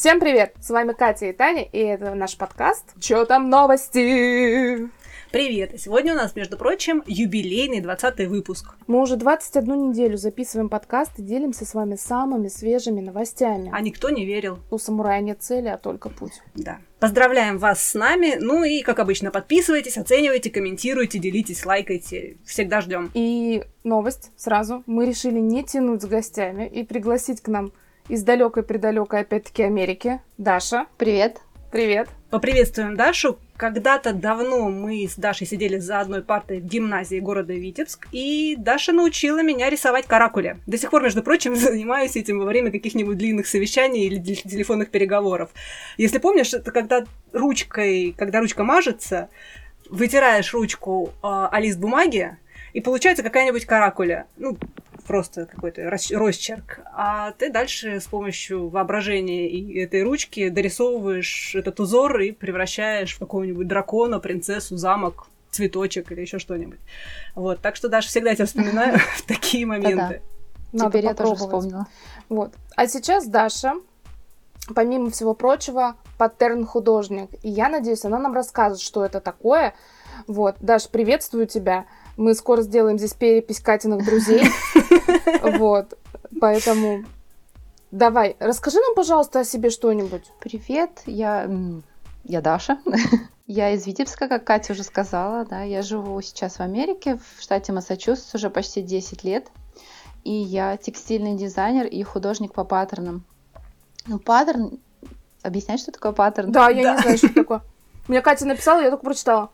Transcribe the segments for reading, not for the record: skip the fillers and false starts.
Всем привет! С вами Катя и Таня, и это наш подкаст «Чё там новости?». Привет! Сегодня у нас, между прочим, юбилейный 20-й выпуск. Мы уже 21 неделю записываем подкаст и делимся с вами самыми свежими новостями. А никто не верил. У самурая нет цели, а только путь. Да. Поздравляем вас с нами. Ну и, как обычно, подписывайтесь, оценивайте, комментируйте, делитесь, лайкайте. Всегда ждем. И новость сразу. Мы решили не тянуть с гостями и пригласить к нам из далекой-предалекой, опять-таки, Америки, Даша. Привет. Привет. Поприветствуем Дашу. Когда-то давно мы с Дашей сидели за одной партой в гимназии города Витебск, и Даша научила меня рисовать каракули. До сих пор, между прочим, занимаюсь этим во время каких-нибудь длинных совещаний или телефонных переговоров. Если помнишь, это когда ручка мажется, вытираешь ручку о лист бумаги, и получается какая-нибудь каракуля. Ну, просто какой-то росчерк. А ты дальше с помощью воображения и этой ручки дорисовываешь этот узор и превращаешь в какого-нибудь дракона, принцессу, замок, цветочек или еще что-нибудь. Вот. Так что, Даша, всегда тебя вспоминаю в такие моменты. Теперь я тоже вспомнила. Вот. А сейчас Даша, помимо всего прочего, паттерн-художник. И я надеюсь, она нам расскажет, что это такое. Вот. Даша, приветствую тебя. Мы скоро сделаем здесь перепись Катиных друзей. Вот. Поэтому давай, расскажи нам, пожалуйста, о себе что-нибудь. Привет, я Даша. Я из Витебска, как Катя уже сказала. Да, я живу сейчас в Америке, в штате Массачусетс, уже почти 10 лет. И я текстильный дизайнер и художник по паттернам. Ну, паттерн... Объяснять, что такое паттерн? Да, я не знаю, что это такое. Мне Катя написала, я только прочитала.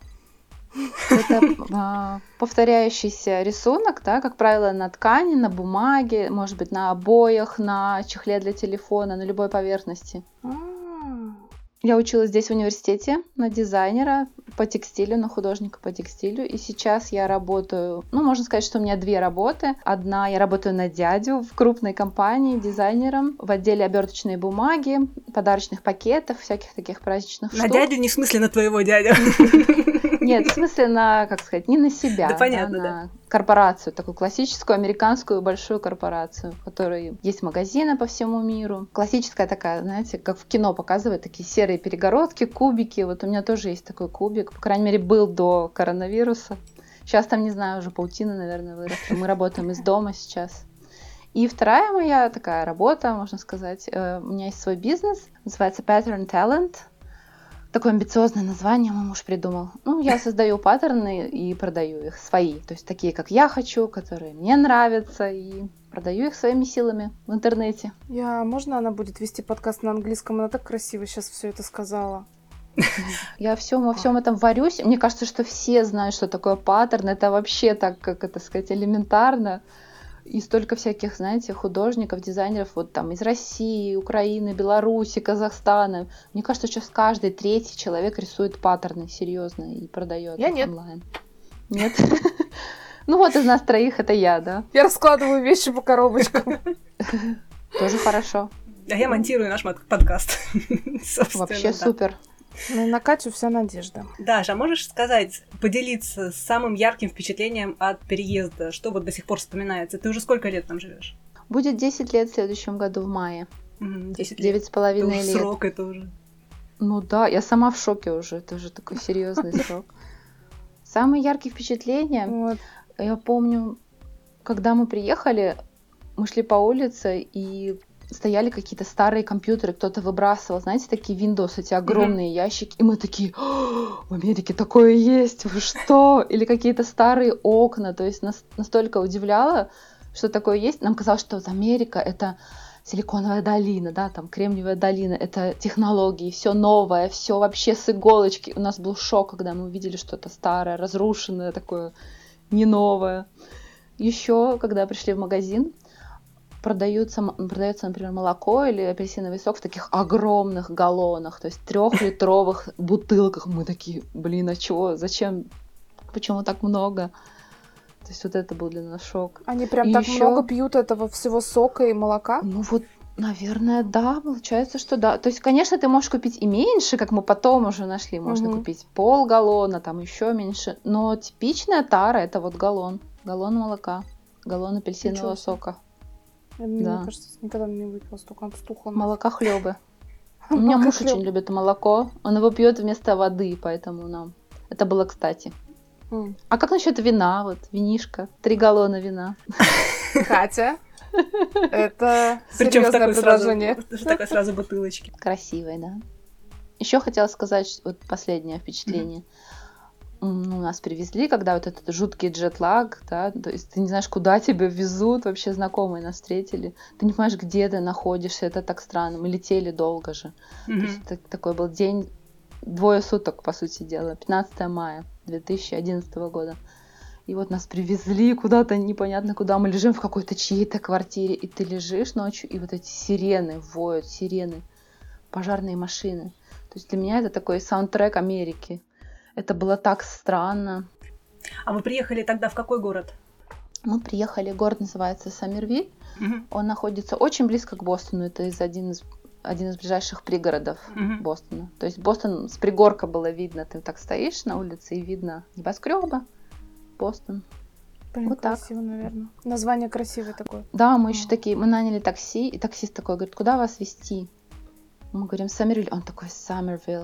Это повторяющийся рисунок, да, как правило, на ткани, на бумаге, может быть, на обоях, на чехле для телефона, на любой поверхности. Я училась здесь в университете на дизайнера по текстилю, на художника по текстилю. И сейчас я работаю, можно сказать, что у меня две работы. Одна, я работаю на дядю в крупной компании дизайнером в отделе оберточной бумаги, подарочных пакетов, всяких таких праздничных штук. На дядю не в смысле на твоего дядю. Нет, в смысле не на себя, да, понятно, на корпорацию, такую классическую американскую большую корпорацию, в которой есть магазины по всему миру. Классическая такая, знаете, как в кино показывают, такие серые перегородки, кубики. Вот у меня тоже есть такой кубик, по крайней мере, был до коронавируса. Сейчас там, не знаю, уже паутина, наверное, выросла. Мы работаем из дома сейчас. И вторая моя такая работа, можно сказать, у меня есть свой бизнес, называется Pattern Talent. Такое амбициозное название мой муж придумал. Я создаю паттерны и продаю их свои. То есть такие, как я хочу, которые мне нравятся, и продаю их своими силами в интернете. Можно она будет вести подкаст на английском? Она так красиво сейчас все это сказала. Я во всем этом варюсь. Мне кажется, что все знают, что такое паттерн. Это вообще так, как это сказать, элементарно. И столько всяких, знаете, художников, дизайнеров вот там из России, Украины, Беларуси, Казахстана. Мне кажется, сейчас каждый третий человек рисует паттерны серьезно и продает их онлайн. Нет? Ну вот из нас троих это я, да? Я раскладываю вещи по коробочкам. Тоже хорошо. А я монтирую наш подкаст. Вообще супер. На Катю вся надежда. Даша, а можешь поделиться самым ярким впечатлением от переезда? Что вот до сих пор вспоминается? Ты уже сколько лет там живешь? Будет 10 лет в следующем году в мае. 10 лет. 9,5 лет. Срок это уже. Ну да, я сама в шоке уже. Это уже такой серьезный срок. Самые яркие впечатления. Я помню, когда мы приехали, мы шли по улице и стояли какие-то старые компьютеры, кто-то выбрасывал, знаете, такие Windows, эти огромные ящики, и мы такие: в Америке такое есть, вы что? Или какие-то старые окна, то есть нас настолько удивляло, что такое есть. Нам казалось, что Америка — это Силиконовая долина, да, там Кремниевая долина, это технологии, все новое, все вообще с иголочки. У нас был шок, когда мы увидели что-то старое, разрушенное, такое не новое. Еще, когда пришли в магазин, продается, например, молоко или апельсиновый сок в таких огромных галлонах, то есть 3-литровых бутылках. Мы такие: а чего, зачем, почему так много? То есть вот это был для нас шок. Они прям так много пьют этого всего сока и молока? Наверное, да, получается, что да. То есть, конечно, ты можешь купить и меньше, как мы потом уже нашли. Можно купить полгаллона, там еще меньше. Но типичная тара — это вот галлон молока, галлон апельсинового сока. Мне кажется, никогда не выпила столько стухло. Молока хлебы. У меня муж Как очень любит молоко, он его пьет вместо воды, поэтому нам это было кстати. А как насчет вина? Вот винишко, 3 галлона вина. Катя, это Причем серьезное предложение. такой сразу бутылочки. Красивой, да. Еще хотела сказать, вот последнее впечатление. Нас привезли, когда вот этот жуткий джетлаг, да, то есть ты не знаешь, куда тебя везут, вообще знакомые нас встретили. Ты не понимаешь, где ты находишься, это так странно. Мы летели долго же. То есть такой был день, 2 суток, по сути дела, 15 мая 2011 года. И вот нас привезли куда-то непонятно куда. Мы лежим в какой-то чьей-то квартире, и ты лежишь ночью, и вот эти сирены воют, сирены, пожарные машины. То есть для меня это такой саундтрек Америки. Это было так странно. А вы приехали тогда в какой город? Мы приехали, город называется Сомервиль. Он находится очень близко к Бостону. Это один из ближайших пригородов Бостона. То есть Бостон с пригорка было видно. Ты так стоишь на улице и видно небоскребы. Бостон. Блин, вот красиво, наверное. Название красивое такое. Да, мы еще такие, мы наняли такси, и таксист такой говорит, куда вас везти? Мы говорим, Сомервиль. Он такой, Сомервилл.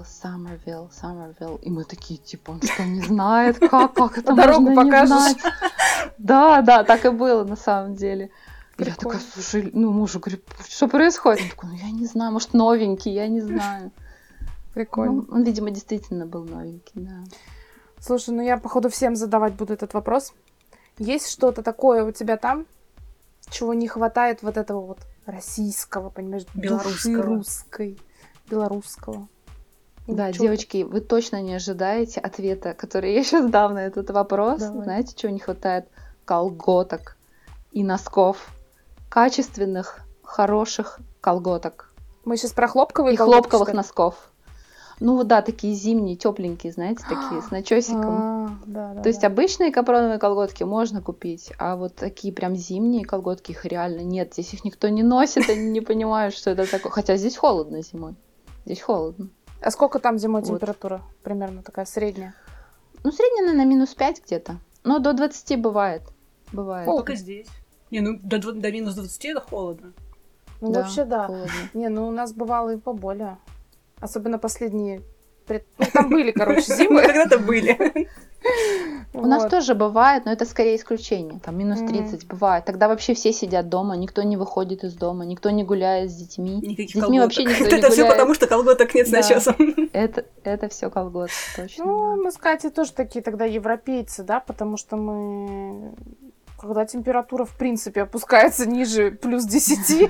И мы такие, типа, он что, не знает? Как это дорогу можно не покажешь? знать? Да, так и было на самом деле. Прикольно. Я такая, слушай, мужу говорю, что происходит? Он такой, я не знаю, может, новенький, я не знаю. Прикольно. Он, видимо, действительно был новенький, да. Слушай, я, походу, всем задавать буду этот вопрос. Есть что-то такое у тебя там, чего не хватает вот этого вот российского, понимаешь, души русской, белорусского? Да, девочки, вы точно не ожидаете ответа, который я сейчас дам на этот вопрос. Давай. Знаете, чего не хватает? Колготок и носков. Качественных, хороших колготок. Мы сейчас про хлопковые и колготки, хлопковых что ли? носков. Да, такие зимние, тепленькие, знаете, такие, с начесиком. То есть обычные капроновые колготки можно купить, а вот такие прям зимние колготки, их реально нет. Здесь их никто не носит, они не понимают, что это такое. Хотя здесь холодно зимой. Здесь холодно. А сколько там зимой Вот. температура? Примерно такая средняя. Средняя, наверное, -5 где-то. Но до 20 бывает. Как и здесь. До минус 20 это холодно. Вообще, да. Холодно. У нас бывало и поболее. Особенно последние... там были, короче, зимы. Когда-то были. У нас тоже бывает, но это скорее исключение. Там минус 30 бывает. Тогда вообще все сидят дома, никто не выходит из дома, никто не гуляет с детьми. Никаких с детьми колготок. вообще никто не Это гуляет. все потому, что колготок нет с начесом. Это все колготки, точно. Мы с Катей тоже такие тогда европейцы, да, потому что мы... Когда температура, в принципе, опускается ниже плюс 10,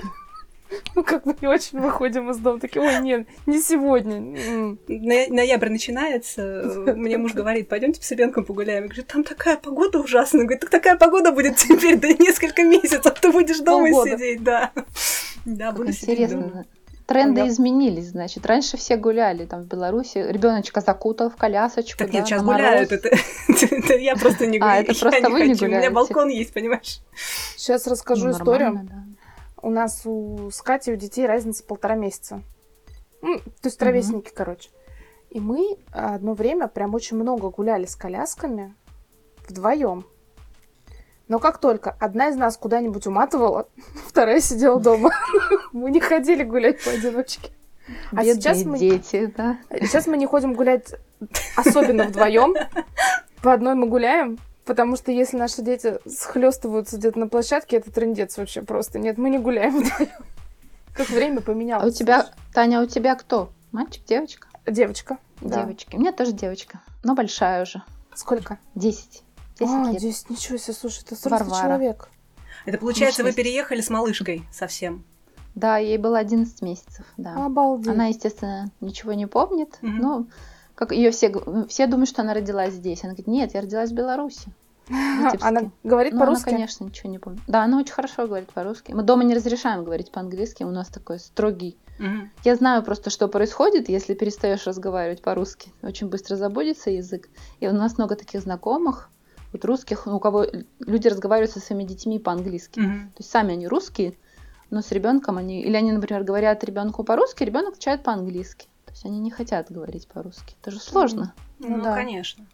не очень выходим из дома. Такие, ой, нет, не сегодня. Ноябрь начинается, мне муж говорит, пойдемте с ребенком погуляем. Я говорю, там такая погода ужасная. Он говорит, так такая погода будет теперь до несколько месяцев, ты будешь дома сидеть, да. Да, буду сидеть дома. Тренды изменились, значит. Раньше все гуляли там в Беларуси. Ребеночка закутал в колясочку. Так нет, сейчас гуляют. Это я просто не гуляю. Это просто вы не гуляете. У меня балкон есть, понимаешь? Сейчас расскажу историю. У нас с Катей у детей разница 1,5 месяца. То есть ровесники, короче. И мы одно время прям очень много гуляли с колясками вдвоем. Но как только одна из нас куда-нибудь уматывала, вторая сидела дома. Мы не ходили гулять поодиночке. А сейчас мы... дети, да. Сейчас мы не ходим гулять особенно вдвоем. По одной мы гуляем. Потому что если наши дети схлестываются где-то на площадке, это трындец вообще просто. Нет, мы не гуляем вдвоем. Как время поменялось. А у тебя, Таня, у тебя кто? Мальчик, девочка? Девочка. Девочки. У меня тоже девочка, но большая уже. Сколько? 10. 10 лет. 10, ничего себе, слушай, это взрослый человек. Это получается, вы переехали с малышкой совсем? Да, ей было 11 месяцев, да. Обалдеть. Она, естественно, ничего не помнит, но... Как ее все думают, что она родилась здесь. Она говорит, нет, я родилась в Беларуси. Она говорит по-русски? Она, конечно, ничего не помнит. Да, она очень хорошо говорит по-русски. Мы дома не разрешаем говорить по-английски, у нас такой строгий. Я знаю просто, что происходит, если перестаешь разговаривать по-русски. Очень быстро забудется язык. И у нас много таких знакомых, вот русских, у кого люди разговаривают со своими детьми по-английски. То есть сами они русские, но с ребенком они... Или они, например, говорят ребенку по-русски, ребенок отвечает по-английски. То есть они не хотят говорить по-русски. Это же сложно. Да, конечно.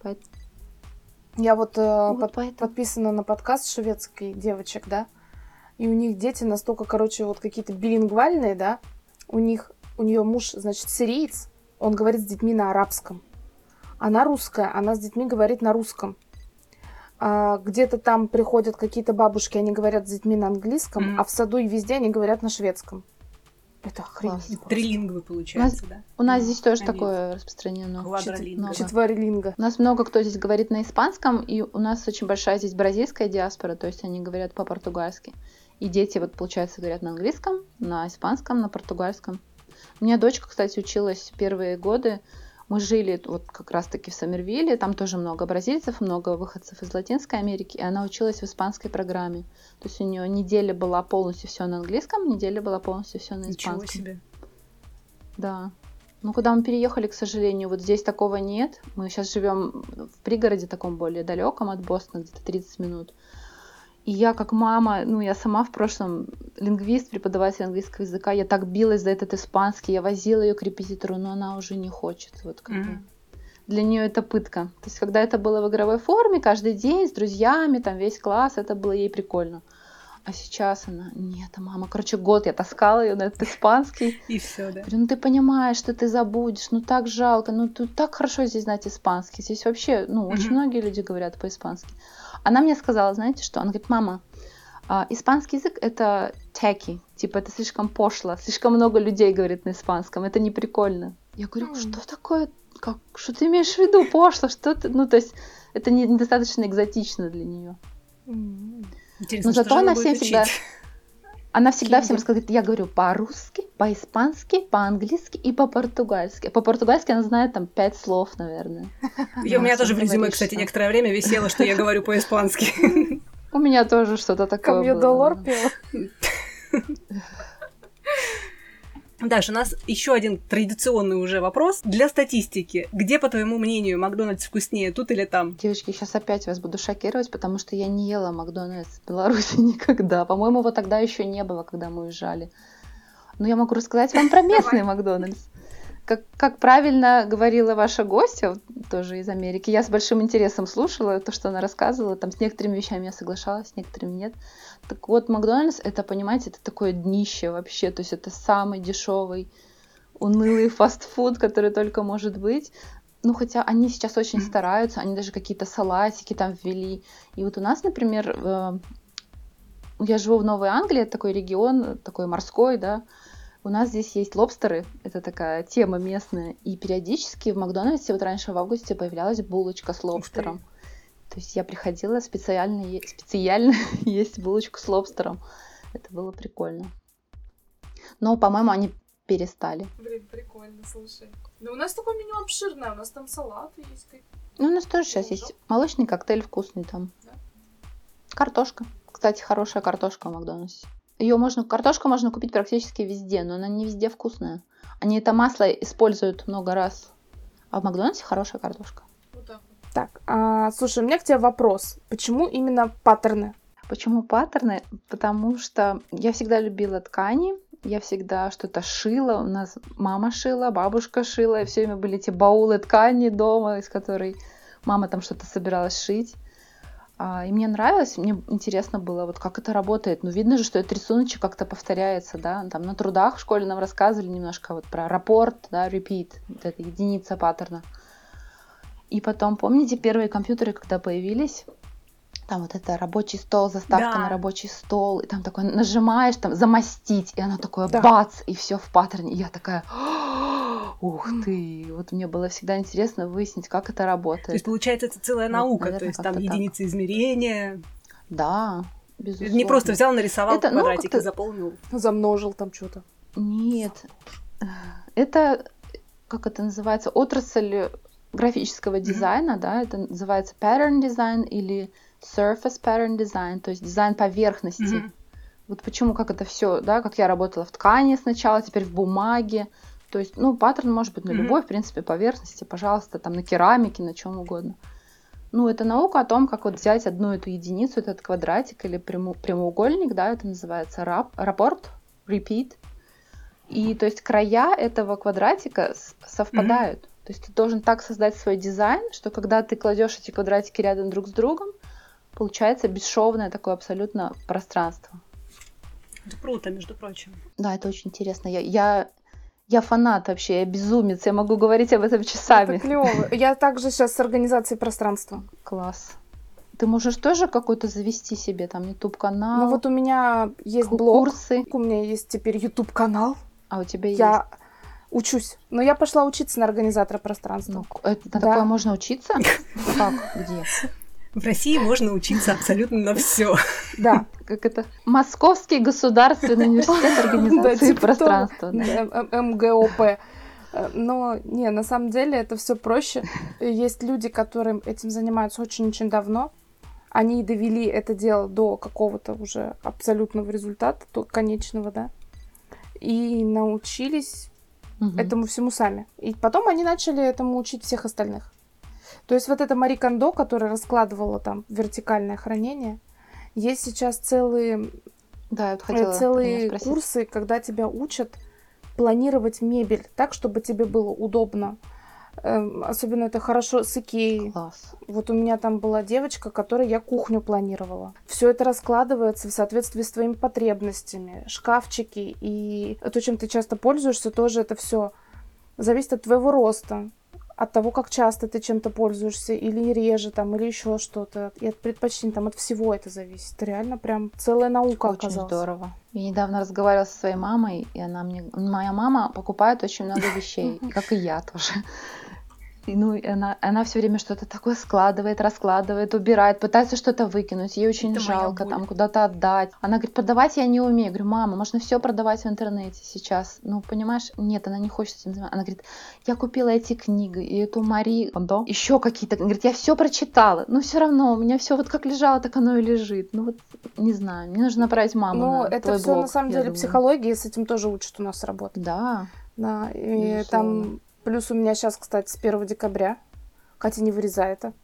Я подписана на подкаст шведских девочек, да, и у них дети настолько, короче, вот какие-то билингвальные, да, у них у нее муж, значит, сириец, он говорит с детьми на арабском. Она русская, она с детьми говорит на русском. Где-то там приходят какие-то бабушки, они говорят с детьми на английском, а в саду и везде они говорят на шведском. Это охренеть. Трилингвы, получается, да? У нас здесь тоже такое распространено. Четверолинга. У нас много кто здесь говорит на испанском, и у нас очень большая здесь бразильская диаспора, то есть они говорят по-португальски. И дети, вот, получается, говорят на английском, на испанском, на португальском. У меня дочка, кстати, училась первые годы. Мы жили вот как раз-таки в Сомервилле, там тоже много бразильцев, много выходцев из Латинской Америки, и она училась в испанской программе. То есть у нее неделя была полностью все на английском, неделя была полностью все на испанском. Ничего себе. Да. Ну, когда мы переехали, к сожалению, вот здесь такого нет. Мы сейчас живем в пригороде таком более далеком от Бостона, где-то 30 минут. И я как мама, ну, я сама в прошлом лингвист, преподаватель английского языка, я так билась за этот испанский, я возила ее к репетитору, но она уже не хочет. Вот как бы. Для нее это пытка. То есть, когда это было в игровой форме, каждый день с друзьями, там весь класс, это было ей прикольно. А сейчас она, нет, мама, короче, год я таскала ее на этот испанский. И все, да. Говорю, ну ты понимаешь, что ты забудешь, ну так жалко, ну тут так хорошо здесь знать испанский. Здесь вообще, ну, очень многие люди говорят по-испански. Она мне сказала, знаете что? Она говорит, мама, испанский язык это tacky, типа это слишком пошло, слишком много людей говорит на испанском, это не прикольно. Я говорю, что такое, что ты имеешь в виду, пошло, что ты, ну то есть это недостаточно экзотично для нее. Интересно, но зато она всем всегда... Она всегда всем рассказывает, я говорю по-русски, по-испански, по-английски и по-португальски. По-португальски она знает там 5 слов, наверное. У меня тоже в резюме, кстати, некоторое время висело, что я говорю по-испански. У меня тоже что-то такое было. Камьё-долор пела. Даш, у нас еще один традиционный уже вопрос для статистики. Где, по твоему мнению, Макдональдс вкуснее, тут или там? Девочки, сейчас опять вас буду шокировать, потому что я не ела Макдональдс в Беларуси никогда. По-моему, его тогда еще не было, когда мы уезжали. Но я могу рассказать вам про местный Макдональдс. Как правильно говорила ваша гостья, тоже из Америки, я с большим интересом слушала то, что она рассказывала. Там с некоторыми вещами я соглашалась, с некоторыми нет. Так вот, Макдональдс, это, понимаете, это такое днище вообще. То есть это самый дешевый, унылый фастфуд, который только может быть. Ну, хотя они сейчас очень стараются, они даже какие-то салатики там ввели. И вот у нас, например, я живу в Новой Англии, это такой регион, такой морской, да. У нас здесь есть лобстеры, это такая тема местная, и периодически в Макдональдсе, вот раньше в августе появлялась булочка с лобстером. То есть я приходила специально есть булочку с лобстером. Это было прикольно. Но, по-моему, они перестали. Блин, прикольно, слушай. Да у нас такое меню обширное, у нас там салаты есть. Ну, у нас тоже сейчас есть молочный коктейль вкусный там. Да? Картошка. Кстати, хорошая картошка в Макдональдсе. Картошку можно купить практически везде, но она не везде вкусная. Они это масло используют много раз. А в Макдональдсе хорошая картошка. Вот так. Так, слушай, у меня к тебе вопрос. Почему именно паттерны? Почему паттерны? Потому что я всегда любила ткани, я всегда что-то шила. У нас мама шила, бабушка шила, и все время были эти баулы ткани дома, из которой мама там что-то собиралась шить. И мне нравилось, мне интересно было, вот как это работает. Ну, видно же, что этот рисуночек как-то повторяется, да. Там на трудах в школе нам рассказывали немножко вот про рапорт, да, repeat, вот эта единица паттерна. И потом, помните, первые компьютеры, когда появились, там вот это рабочий стол, заставка на рабочий стол, и там такое нажимаешь, там замостить, и оно такое бац, и все в паттерне. И я такая, ух ты, вот мне было всегда интересно выяснить, как это работает. То есть, получается, это целая наука, наверное, то есть там единицы измерения. Да, безусловно. Не просто взял, нарисовал квадратик и заполнил. Замножил там что-то. Нет, это, как это называется, отрасль графического дизайна, да, это называется pattern design или surface pattern design, то есть дизайн поверхности. Вот почему, как это все, да, как я работала в ткани сначала, теперь в бумаге. То есть, ну, паттерн может быть на любой, в принципе, поверхности, пожалуйста, там на керамике, на чем угодно. Ну, это наука о том, как вот взять одну эту единицу, этот квадратик или прямоугольник, да, это называется рапорт, repeat. И, то есть, края этого квадратика совпадают. То есть, ты должен так создать свой дизайн, что когда ты кладешь эти квадратики рядом друг с другом, получается бесшовное такое абсолютно пространство. Это круто, между прочим. Да, это очень интересно. Я Я фанат вообще, я безумец, я могу говорить об этом часами. Это клево. Я также сейчас с организацией пространства. Класс. Ты можешь тоже какой-то завести себе там YouTube-канал? Ну вот у меня есть блог, курсы. У меня есть теперь YouTube-канал. А у тебя я учусь. Но я пошла учиться на организатора пространства. Ну, это такое можно учиться? Как? Где? В России можно учиться абсолютно на все. Да. Как это? Московский государственный университет организации пространства. МГОП. Но не, на самом деле это все проще. Есть люди, которые этим занимаются очень-очень давно. Они довели это дело до какого-то уже абсолютного результата, до конечного, да, и научились этому всему сами. И потом они начали этому учить всех остальных. То есть вот эта Мари Кондо, которая раскладывала там вертикальное хранение, есть сейчас целые курсы, когда тебя учат планировать мебель так, чтобы тебе было удобно. Особенно это хорошо с Икеей. Класс. Вот у меня там была девочка, которой я кухню планировала. Все это раскладывается в соответствии с твоими потребностями. Шкафчики и то, чем ты часто пользуешься, тоже это все зависит от твоего роста, от того, как часто ты чем-то пользуешься, или реже, там, или еще что-то. И от предпочтений, там, от всего это зависит. Это реально прям целая наука оказалась. Очень здорово. Я недавно разговаривала со своей мамой, и моя мама покупает очень много вещей, как и я тоже. И она все время что-то такое складывает, раскладывает, убирает, пытается что-то выкинуть. Ей очень жалко там куда-то отдать. Она говорит, продавать я не умею. Я говорю, мама, можно все продавать в интернете сейчас. Ну, понимаешь, нет, она не хочет этим заниматься. Она говорит, я купила эти книги, и эту Мари Кондо, еще какие-то. Она говорит, я все прочитала. Но все равно у меня все вот как лежало, так оно и лежит. Ну вот, не знаю, мне нужно направить маму на это твой все блог, на самом деле психология, с этим тоже учат у нас работать. Да. Да, и там... Плюс у меня сейчас, кстати, с 1 декабря, Катя, не вырезай это,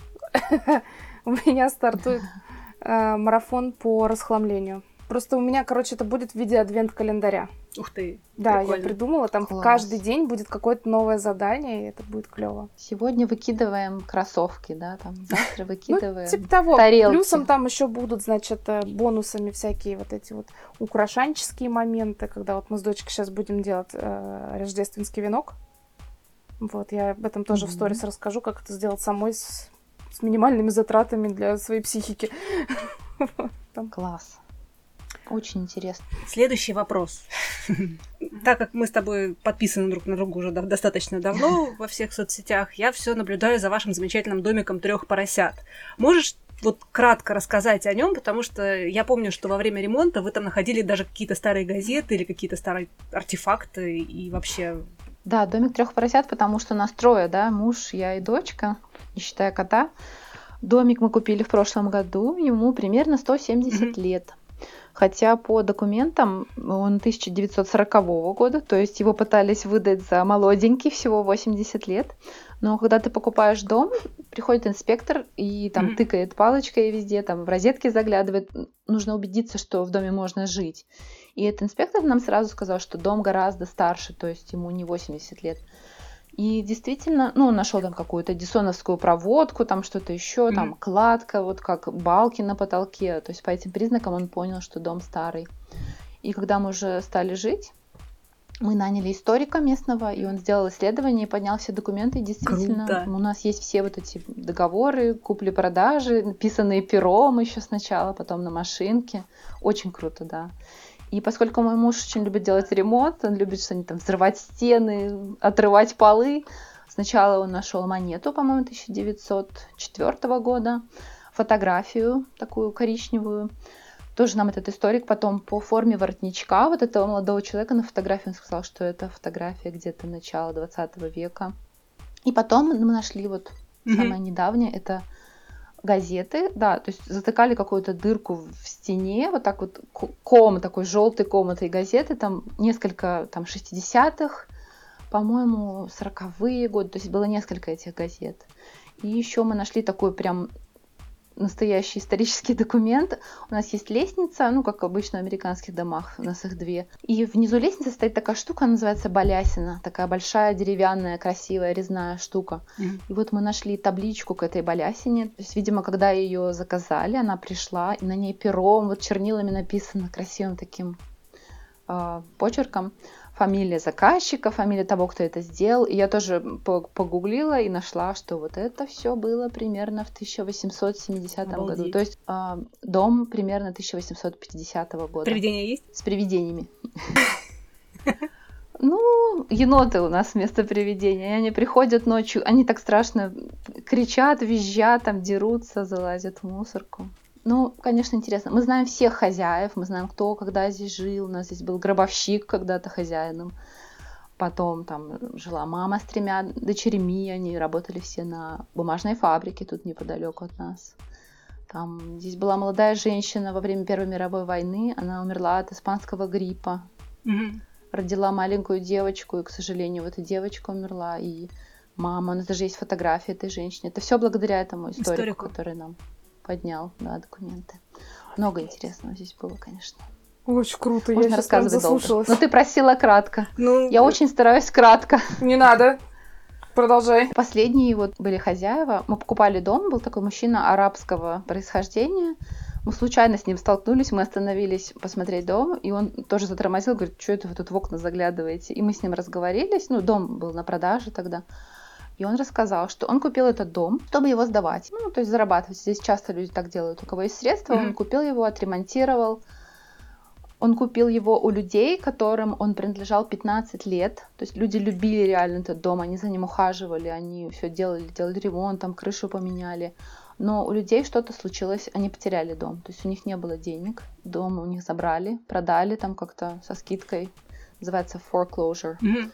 у меня стартует марафон по расхламлению. Просто у меня, это будет в виде адвент-календаря. Ух ты, да, прикольно. Я придумала, там каждый день будет какое-то новое задание, и это будет клево. Сегодня выкидываем кроссовки, да, там завтра выкидываем типа того. тарелки. Плюсом там еще будут, бонусами всякие вот эти вот украшанческие моменты, когда вот мы с дочкой сейчас будем делать рождественский венок. Вот, я об этом тоже в сторис расскажу, как это сделать самой с минимальными затратами для своей психики. Класс. Очень интересно. Следующий вопрос. Так как мы с тобой подписаны друг на друга уже достаточно давно во всех соцсетях, я все наблюдаю за вашим замечательным домиком 3 поросят. Можешь вот кратко рассказать о нем, потому что я помню, что во время ремонта вы там находили даже какие-то старые газеты или какие-то старые артефакты и вообще... Да, домик 3 поросят, потому что нас 3, да, муж, я и дочка, не считая кота. Домик мы купили в прошлом году, ему примерно 170 лет. Хотя по документам он 1940 года, то есть его пытались выдать за молоденький, всего 80 лет. Но когда ты покупаешь дом, приходит инспектор и там тыкает палочкой везде, там в розетки заглядывает. Нужно убедиться, что в доме можно жить. И этот инспектор нам сразу сказал, что дом гораздо старше, то есть ему не 80 лет. И действительно, он нашел там какую-то эдисоновскую проводку, там что-то еще, там кладка, вот как балки на потолке. То есть по этим признакам он понял, что дом старый. И когда мы уже стали жить, мы наняли историка местного, и он сделал исследование и поднял все документы. И действительно, Круто. У нас есть все вот эти договоры, купли-продажи, написанные пером еще сначала, потом на машинке. Очень круто, да. И поскольку мой муж очень любит делать ремонт, он любит что-нибудь там взрывать стены, отрывать полы. Сначала он нашел монету, по-моему, 1904 года, фотографию такую коричневую. Тоже нам этот историк потом по форме воротничка вот этого молодого человека на фотографии он сказал, что это фотография где-то начала 20 века. И потом мы нашли вот самое недавнее, это газеты, да, то есть затыкали какую-то дырку в стене, вот так вот такой желтый ком этой газеты, там несколько там 60-х, по-моему, 40-е годы, то есть было несколько этих газет. И еще мы нашли такой прям настоящий исторический документ. У нас есть лестница, как обычно в американских домах, у нас их 2. И внизу лестницы стоит такая штука, называется балясина, такая большая деревянная, красивая, резная штука. И вот мы нашли табличку к этой балясине. То есть, видимо, когда ее заказали, она пришла, и на ней пером, вот чернилами написано красивым таким почерком фамилия заказчика, фамилия того, кто это сделал. И я тоже погуглила и нашла, что вот это все было примерно в 1870 году. То есть дом примерно 1850 года. Привидения есть? С привидениями. Ну, еноты у нас вместо привидения. Они приходят ночью, они так страшно кричат, визжат, там дерутся, залазят в мусорку. Ну, конечно, интересно. Мы знаем всех хозяев, мы знаем, кто когда здесь жил. У нас здесь был гробовщик когда-то хозяином. Потом там жила мама с 3 дочерьми, они работали все на бумажной фабрике тут неподалеку от нас. Там здесь была молодая женщина во время Первой мировой войны, она умерла от испанского гриппа. Родила маленькую девочку, и, к сожалению, вот эта девочка умерла, и мама, у нас даже есть фотография этой женщины. Это все благодаря этому историку, который нам поднял, да, документы. Много интересного здесь было, конечно. Очень круто, можно я рассказывать долго. Но ты просила кратко. Ну, я очень стараюсь кратко. Не надо. Продолжай. Последние вот были хозяева. Мы покупали дом, был такой мужчина арабского происхождения. Мы случайно с ним столкнулись, мы остановились посмотреть дом, и он тоже затормозил, говорит, что это вы тут в окна заглядываете? И мы с ним разговорились, ну, дом был на продаже тогда. И он рассказал, что он купил этот дом, чтобы его сдавать. Ну, то есть зарабатывать. Здесь часто люди так делают. У кого есть средства, он купил его, отремонтировал. Он купил его у людей, которым он принадлежал 15 лет. То есть люди любили реально этот дом, они за ним ухаживали, они все делали ремонт, там крышу поменяли. Но у людей что-то случилось, они потеряли дом. То есть у них не было денег, дом у них забрали, продали там как-то со скидкой. Называется foreclosure.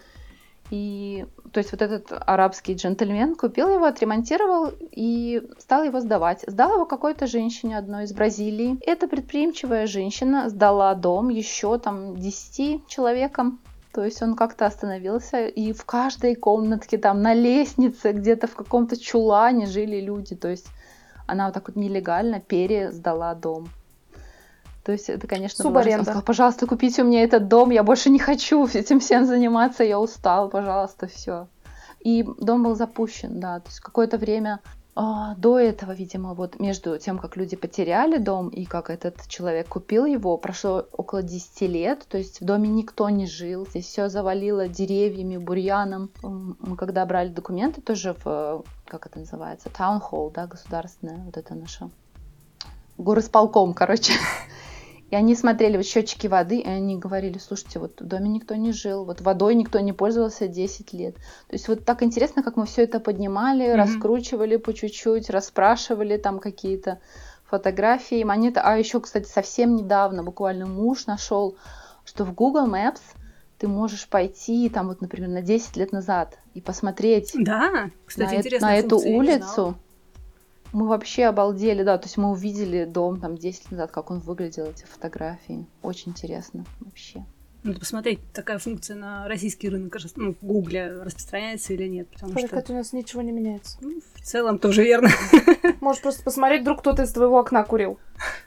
И, то есть вот этот арабский джентльмен купил его, отремонтировал и стал его сдавать. Сдал его какой-то женщине одной из Бразилии. Эта предприимчивая женщина сдала дом еще там 10 человекам. То есть он как-то остановился, и в каждой комнатке, там на лестнице, где-то в каком-то чулане жили люди. То есть она вот так вот нелегально пересдала дом. То есть это, конечно, было... Он сказал, пожалуйста, купите у меня этот дом, я больше не хочу этим всем заниматься, я устал, пожалуйста, все. И дом был запущен, да, то есть какое-то время до этого, видимо, вот между тем, как люди потеряли дом и как этот человек купил его, прошло около 10 лет, то есть в доме никто не жил, здесь все завалило деревьями, бурьяном. Мы когда брали документы, тоже в, как это называется, town hall, да, государственное, вот это наше, горосполком, короче. И они смотрели вот счетчики воды, и они говорили, слушайте, вот в доме никто не жил, вот водой никто не пользовался 10 лет. То есть вот так интересно, как мы все это поднимали, раскручивали по чуть-чуть, расспрашивали там какие-то фотографии, монеты. А еще, кстати, совсем недавно буквально муж нашел, что в Google Maps ты можешь пойти там вот, например, на 10 лет назад и посмотреть да, кстати, на эту улицу. Мы вообще обалдели, да, то есть мы увидели дом там 10 лет назад, как он выглядел, эти фотографии. Очень интересно вообще. Надо посмотреть, такая функция на российский рынок, ну, в Гугле распространяется или нет, потому что... Хотя у нас ничего не меняется. Ну, в целом тоже верно. Можешь просто посмотреть, вдруг кто-то из твоего окна курил.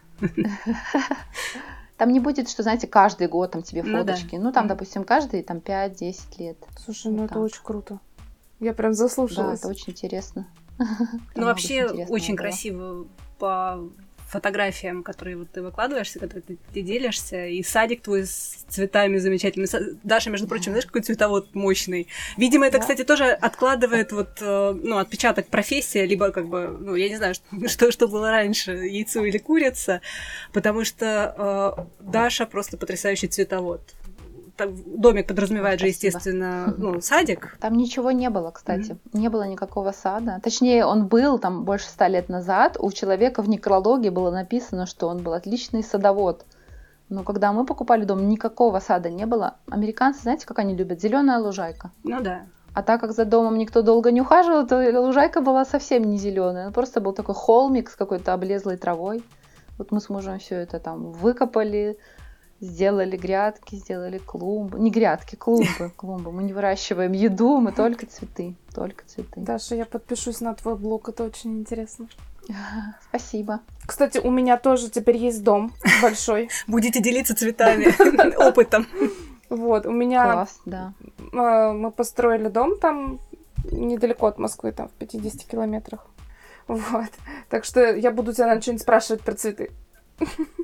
Там не будет, что, знаете, каждый год там тебе фоточки. Ну, там, допустим, каждые там 5-10 лет. Слушай, ну это очень круто. Я прям заслушалась. Да, это очень интересно. Ну, вообще, очень красиво по фотографиям, которые вот ты выкладываешься, которые ты делишься, и садик твой с цветами замечательный. Даша, между прочим, знаешь, какой цветовод мощный. Видимо, это, кстати, тоже откладывает вот, ну, отпечаток профессии, либо как бы, ну, я не знаю, что было раньше, яйцо или курица, потому что Даша просто потрясающий цветовод. Домик подразумевает же, естественно, ну, садик. Там ничего не было, кстати. Не было никакого сада. Точнее, он был там больше 100 лет назад. У человека в некрологе было написано, что он был отличный садовод. Но когда мы покупали дом, никакого сада не было. Американцы, знаете, как они любят? Зеленая лужайка. Ну да. А так как за домом никто долго не ухаживал, то лужайка была совсем не зеленая. Просто был такой холмик с какой-то облезлой травой. Вот мы с мужем все это там выкопали, сделали грядки, сделали клумбы. Не грядки, клумбы. Мы не выращиваем еду, мы только цветы. Даша, я подпишусь на твой блог, это очень интересно. Спасибо. Кстати, у меня тоже теперь есть дом большой. Будете делиться цветами, опытом. Вот, у меня... Класс, да. Мы построили дом там недалеко от Москвы, там в 50 километрах. Вот. Так что я буду тебя, наверное, что-нибудь спрашивать про цветы.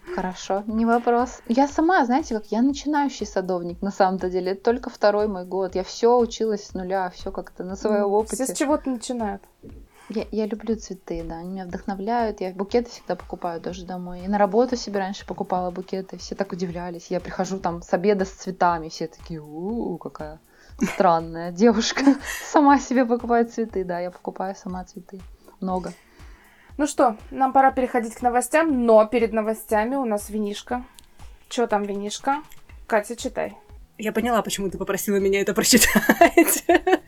Хорошо, не вопрос. Я сама, знаете, как я начинающий садовник, на самом-то деле. Это только 2-й мой год. Я все училась с нуля, все как-то на своем опыте. Все с чего-то начинают. Я люблю цветы, да, они меня вдохновляют. Я букеты всегда покупаю тоже домой. И на работу себе раньше покупала букеты. Все так удивлялись. Я прихожу там с обеда с цветами. Все такие, какая странная девушка. Сама себе покупает цветы. Да, я покупаю сама цветы. Много. Ну что, нам пора переходить к новостям, но перед новостями у нас винишко. Чё там винишко? Катя, читай. Я поняла, почему ты попросила меня это прочитать.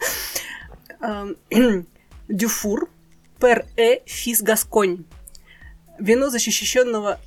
Дюфур пер фис Гасконь. Вино защищенного...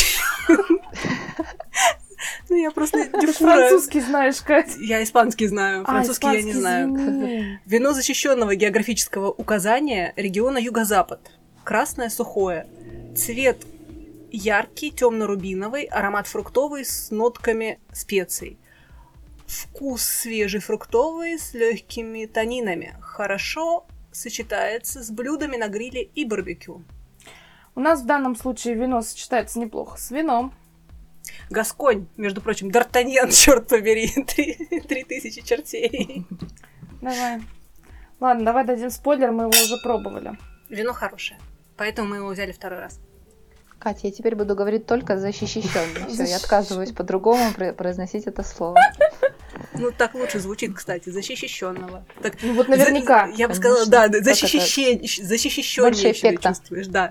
Ну, я просто Ты французский знаешь, Кать. Я испанский знаю, французский я не знаю. Вино защищенного географического указания региона Юго-Запад. Красное, сухое. Цвет яркий, темно-рубиновый, аромат фруктовый с нотками специй. Вкус свежий фруктовый с легкими танинами. Хорошо сочетается с блюдами на гриле и барбекю. У нас в данном случае вино сочетается неплохо с вином. Гасконь, между прочим, Д'Артаньян, черт побери, 3000 чертей. Давай. Ладно, давай дадим спойлер, мы его уже пробовали. Вино хорошее, поэтому мы его взяли 2-й раз. Катя, я теперь буду говорить только защищенный. Все, я отказываюсь по-другому произносить это слово. Ну, так лучше звучит, кстати, защищенного. Так, ну, вот наверняка. Я бы сказала, да, защищеннее чувствуешь, да.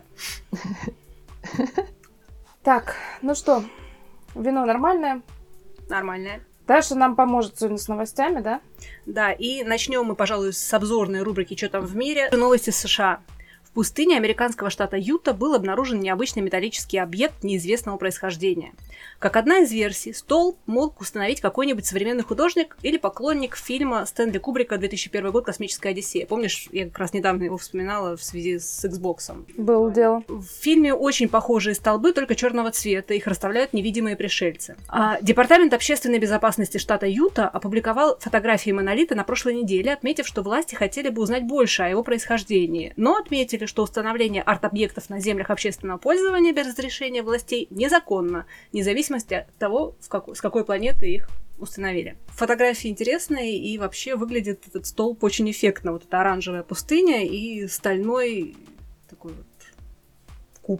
Так, ну что, вино нормальное? Нормальное. Даша нам поможет сегодня с новостями, да? Да, и начнем мы, пожалуй, с обзорной рубрики «Что там в мире?». Новости США. В пустыне американского штата Юта был обнаружен необычный металлический объект неизвестного происхождения. Как одна из версий, столб мог установить какой-нибудь современный художник или поклонник фильма Стэнли Кубрика 2001 год «Космическая Одиссея». Помнишь, я как раз недавно его вспоминала в связи с Xbox. Было дело. В фильме очень похожие столбы, только черного цвета. Их расставляют невидимые пришельцы. Департамент общественной безопасности штата Юта опубликовал фотографии монолита на прошлой неделе, отметив, что власти хотели бы узнать больше о его происхождении, но отметили, что установление арт-объектов на землях общественного пользования без разрешения властей незаконно, вне зависимости от того, с какой планеты их установили. Фотографии интересные, и вообще выглядит этот столб очень эффектно. Вот эта оранжевая пустыня и стальной такой вот куб.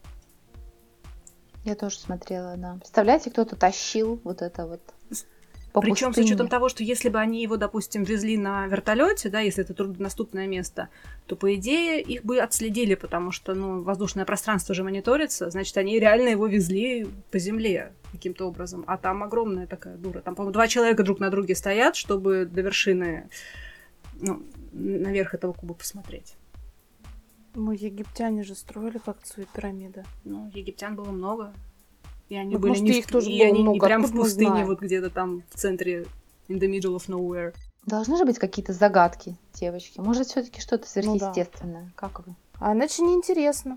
Я тоже смотрела, да. Представляете, кто-то тащил вот это вот по Причем пустыне. с учетом того, что если бы они его, допустим, везли на вертолете, да, если это труднодоступное место, то, по идее, их бы отследили, потому что, воздушное пространство же мониторится, значит, они реально его везли по земле каким-то образом. А там огромная такая дура. Там, по-моему, 2 человека друг на друге стоят, чтобы до вершины, наверх этого куба посмотреть. Египтяне же строили как-то свои пирамиды. Египтян было много. И они Ну, были может, не их тоже и было они много, не прям в откуда мы пустыне, знаем? вот где-то там в центре, in the middle of nowhere. Должны же быть какие-то загадки, девочки. Может, все-таки что-то сверхъестественное. Как вы? А иначе неинтересно.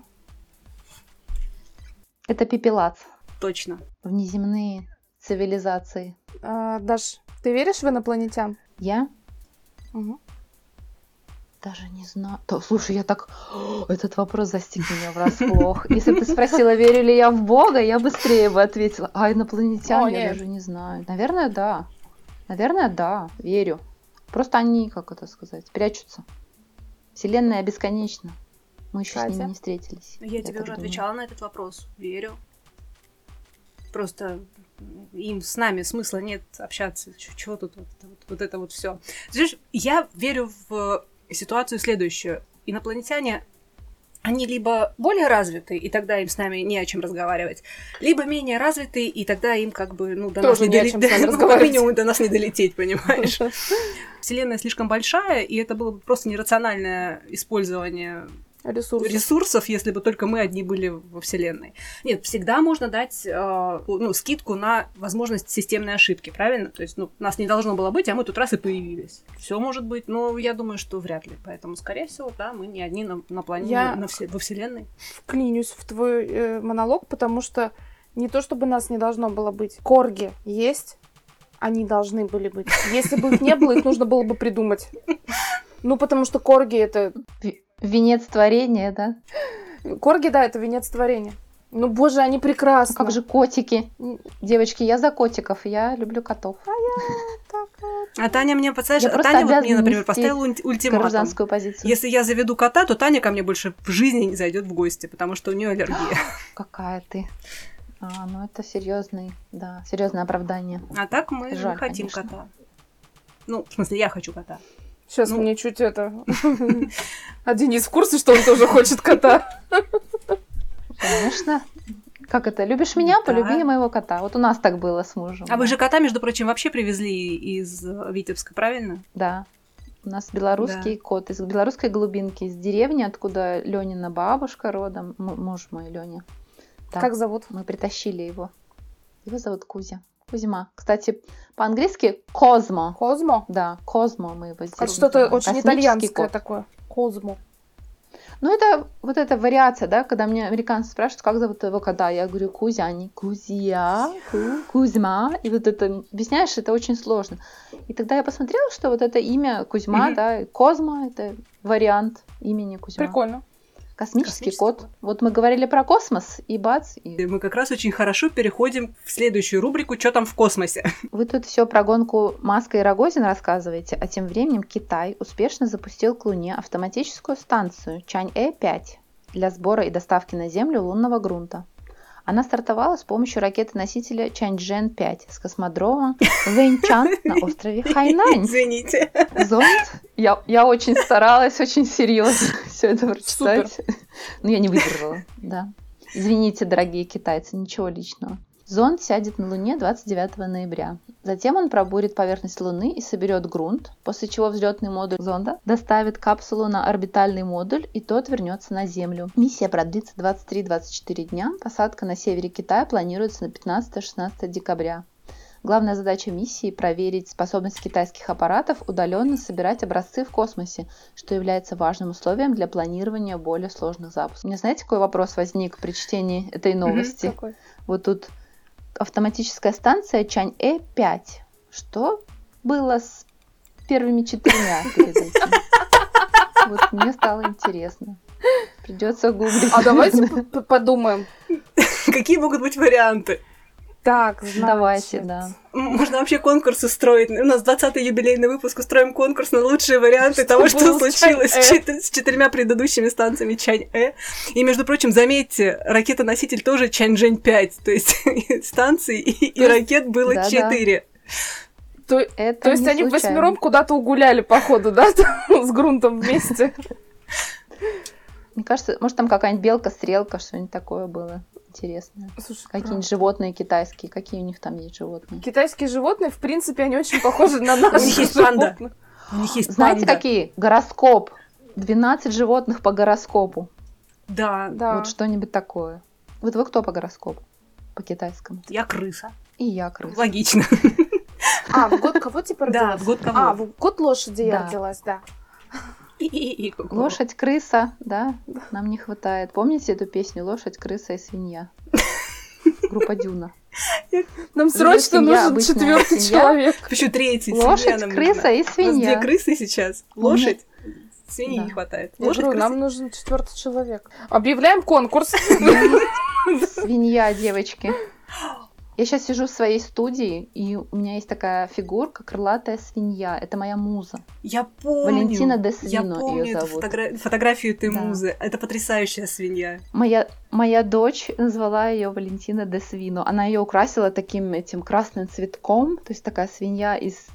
Это пепелац. Точно. Внеземные цивилизации. Даш, ты веришь в инопланетян? Я Угу. даже не знаю. Слушай, этот вопрос застиг меня врасплох. Если бы ты спросила, верю ли я в Бога, я быстрее бы ответила. А инопланетян я нет. даже не знаю. Наверное, да. Наверное, да. Верю. Просто они, как это сказать, прячутся. Вселенная бесконечна. Мы еще с Катя? ними не встретились. Я тебе так уже думаю. отвечала на этот вопрос. Верю. Просто им с нами смысла нет общаться. Чего тут вот это вот все. Знаешь, я верю в ситуацию следующую. Инопланетяне, они либо более развиты, и тогда им с нами не о чем разговаривать, либо менее развиты, и тогда им как бы, до нас Тоже не не о чем с нами как разговаривать. минимум до нас не долететь, понимаешь? Вселенная слишком большая, и это было бы просто нерациональное использование ресурсов, если бы только мы одни были во Вселенной. Нет, всегда можно дать скидку на возможность системной ошибки, правильно? То есть, нас не должно было быть, а мы тут раз и появились. Все может быть, но я думаю, что вряд ли. Поэтому, скорее всего, да, мы не одни на планете, во Вселенной. Вклинюсь в твой монолог, потому что не то чтобы нас не должно было быть. Корги есть, они должны были быть. Если бы их не было, их нужно было бы придумать. Потому что корги это... Венец творения, да? Корги, да, это венец творения. Ну, боже, они прекрасны. Ну, как же котики? Девочки, я за котиков, я люблю котов. А Таня мне, подскажешь, Я просто Таня вот мне, обязана например, нести поставила ультиматум. гражданскую позицию. Если я заведу кота, то Таня ко мне больше в жизни не зайдет в гости, потому что у нее аллергия. Какая ты. Ну это серьезное оправдание. А так мы Жаль, хотим конечно. кота. Ну, в смысле, я хочу кота. Сейчас Ну. мне чуть это... А Денис в курсе, что он тоже хочет кота? Конечно. Как это? Любишь меня? Да. Полюби моего кота. Вот у нас так было с мужем. А вы же кота, между прочим, вообще привезли из Витебска, правильно? Да. У нас белорусский кот из белорусской глубинки, из деревни, откуда Ленина бабушка родом, муж мой Леня. Да. Как зовут? Мы притащили его. Его зовут Кузя. Кузьма. Кстати, по-английски Козмо. Козмо? Да, Козмо мы его сделали. Это что-то очень Космический итальянское кот. такое. Козмо. Ну, это вот эта вариация, да, когда мне американцы спрашивают, как зовут твоего кота, я говорю Кузя, они Кузя, Кузьма, и вот это, объясняешь, это очень сложно. И тогда я посмотрела, что вот это имя Кузьма, да, Козма, это вариант имени Кузьма. Прикольно. Космический кот. Вот мы говорили про космос, и бац. И мы как раз очень хорошо переходим в следующую рубрику «Чё там в космосе?». Вы тут все про гонку Маска и Рогозин рассказываете, а тем временем Китай успешно запустил к Луне автоматическую станцию Чаньэ-5 для сбора и доставки на Землю лунного грунта. Она стартовала с помощью ракеты-носителя Чанчжэн-5 с космодрома Вэньчан на острове Хайнань. Извините. Зонд. Я очень старалась, очень серьезно все это прочитать. Но я не выдержала, да. Извините, дорогие китайцы, ничего личного. Зонд сядет на Луне 29 ноября. Затем он пробурит поверхность Луны и соберет грунт, после чего взлетный модуль зонда доставит капсулу на орбитальный модуль, и тот вернется на Землю. Миссия продлится 23-24 дня. Посадка на севере Китая планируется на 15-16 декабря. Главная задача миссии – проверить способность китайских аппаратов удаленно собирать образцы в космосе, что является важным условием для планирования более сложных запусков. У меня, знаете, какой вопрос возник при чтении этой новости? Какой? Вот тут автоматическая станция Чаньэ-5. Что было с первыми 4 перед этим? Вот мне стало интересно. Придется гуглить. А давайте подумаем. Какие могут быть варианты? Так, значит. Давайте, да. Можно вообще конкурс устроить. У нас 20-й юбилейный выпуск. Устроим конкурс на лучшие варианты того, что было с случилось Чань-Э? с 4 предыдущими станциями Чань-Э. И, между прочим, заметьте, ракета-носитель тоже Чанчжэнь-5. То есть станций и ракет было Да-да. 4. То Это есть не они случайно. восьмером куда-то угуляли, походу, да? С грунтом вместе. Мне кажется, может, там какая-нибудь белка-стрелка, что-нибудь такое было интересное. Слушай, Какие-нибудь животные китайские. Какие у них там есть животные? китайские животные, в принципе, они очень похожи на наших У них есть панда. животных. У них есть Знаете, панда. какие? Гороскоп. 12 животных по гороскопу. Да, Да. Вот что-нибудь такое. Вот вы кто по гороскопу? По китайскому. я крыса. И я крыса. Логично. А, в год кого типа Да, родилась? в год кого? А, в год лошади я Да. родилась, да. И кукуруза. Лошадь, крыса, да, нам не хватает. Помните эту песню «Лошадь, крыса и свинья»? Группа Дюна. Нам Живет срочно семья, нужен обычная четвертый семья. человек. Почему третий? Лошадь, Свинья нам крыса нужна. и У нас свинья. 2 крысы сейчас. Лошадь. Свиньи Да. не хватает. Я Лошадь, говорю, крыса. нам нужен четвертый человек. Объявляем конкурс. Свинья, девочки. Я сейчас сижу в своей студии, и у меня есть такая фигурка, крылатая свинья. Это моя муза. Я помню. Валентина де Я Свино помню её эту зовут. фотографию этой Да. музы. Это потрясающая свинья. Моя дочь назвала ее Валентина де Свино. Она ее украсила таким этим красным цветком. То есть такая свинья из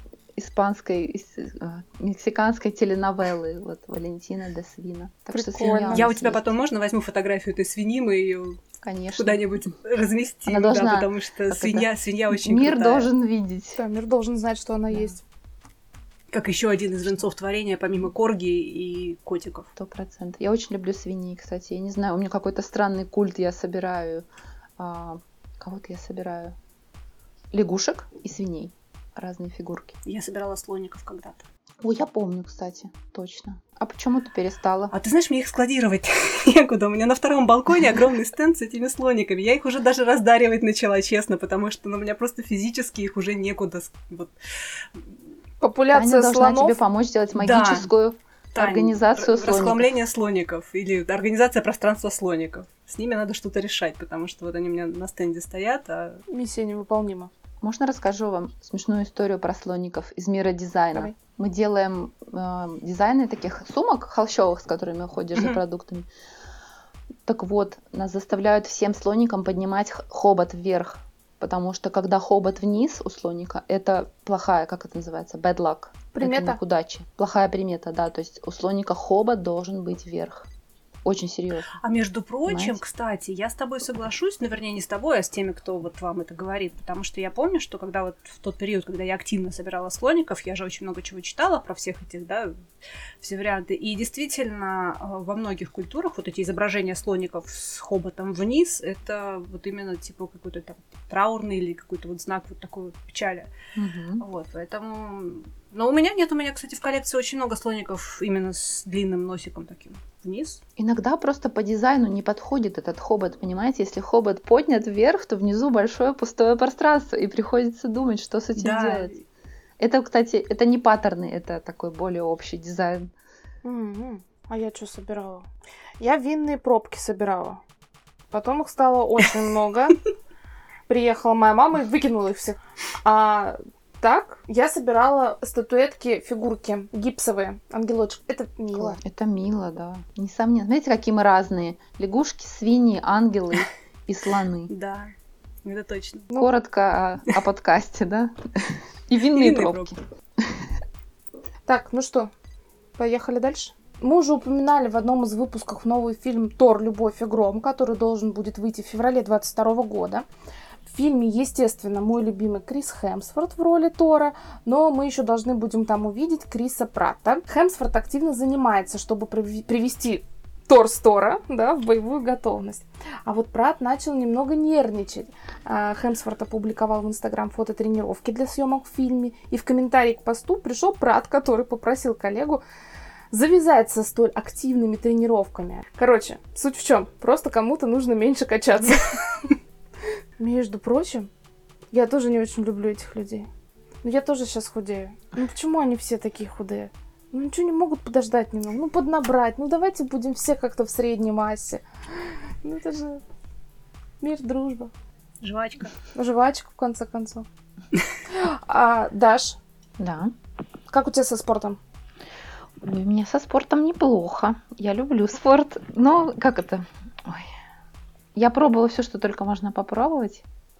мексиканской теленовеллы. Вот Валентина де Свино. Так что Прикольно. свинья у Я у нас тебя есть, потом можно возьму фотографию этой свиньи, мы ее конечно. куда-нибудь разместим, Она должна- да, потому что как свинья очень Мир крутая. должен видеть. Да, мир должен знать, что она Да. есть. Как еще один из венцов творения, помимо корги и котиков. 100%. Я очень люблю свиней, кстати. Я не знаю, у меня какой-то странный культ. Я собираю... Кого-то я собираю. Лягушек и свиней. Разные фигурки. Я собирала слоников когда-то. Ой, я помню, кстати. Точно. А почему ты перестала? А ты знаешь, мне их складировать некуда. У меня на втором балконе огромный стенд с этими слониками. Я их уже даже раздаривать начала, честно, потому что у меня просто физически их уже некуда. Вот. Популяция Таня должна слонов. тебе помочь сделать Да. Тань, организацию слоников. Расхламление слоников или организация пространства слоников. С ними надо что-то решать, потому что вот они у меня на стенде стоят, а... Миссия невыполнима. Можно расскажу вам смешную историю про слоников из мира дизайна? Давай. Мы делаем дизайны таких сумок холщовых, с которыми ходишь за продуктами. Так вот, нас заставляют всем слоникам поднимать хобот вверх, потому что когда хобот вниз у слоника, это плохая, как это называется, bad luck. Примета? Это не к удаче. Плохая примета, да. То есть у слоника хобот должен быть вверх. Очень серьезно. А между прочим, Понимаете? кстати, я с тобой соглашусь, ну, вернее, не с тобой, а с теми, кто вот вам это говорит, потому что я помню, что когда вот в тот период, когда я активно собирала слоников, я же очень много чего читала про всех этих, да, все варианты, и действительно во многих культурах вот эти изображения слоников с хоботом вниз, это вот именно типа какой-то там траурный или какой-то вот знак вот такой вот печали. Вот, поэтому... Но у меня нет, кстати, в коллекции очень много слоников именно с длинным носиком таким вниз. Иногда просто по дизайну не подходит этот хобот, понимаете? Если хобот поднят вверх, то внизу большое пустое пространство, и приходится думать, что с этим делать. Это, кстати, это не паттерны, это такой более общий дизайн. А я что собирала? Я винные пробки собирала. Потом их стало очень много. Приехала моя мама и выкинула их всех. А так, я собирала статуэтки, фигурки гипсовые, ангелочек. Это мило. Это мило, да. Несомненно. Знаете, какие мы разные? Лягушки, свиньи, ангелы и слоны. Да, это точно. Коротко о подкасте, да? И винные пробки. Так, ну что, поехали дальше? Мы уже упоминали в одном из выпусков новый фильм «Тор. Любовь и гром», который должен будет выйти в феврале 2022 года. В фильме, естественно, мой любимый Крис Хемсворт в роли Тора, но мы еще должны будем там увидеть Криса Пратта. Хемсворт активно занимается, чтобы привести Тора, да, в боевую готовность. А вот Пратт начал немного нервничать. Хемсворт опубликовал в Инстаграм фото тренировки для съемок в фильме, и в комментарии к посту пришел Пратт, который попросил коллегу завязать со столь активными тренировками. Короче, суть в чем? Просто кому-то нужно меньше качаться. Между прочим, я тоже не очень люблю этих людей. Но я тоже сейчас худею. Ну почему они все такие худые? Ну ничего не могут подождать немного? Ну поднабрать. Ну давайте будем все как-то в средней массе. Ну это же мир, дружба. Жвачка. Жвачка, в конце концов. Даш? Да. Как у тебя со спортом? У меня со спортом неплохо. Я люблю спорт. Но как это? Ой. Я пробовала все, что только можно попробовать.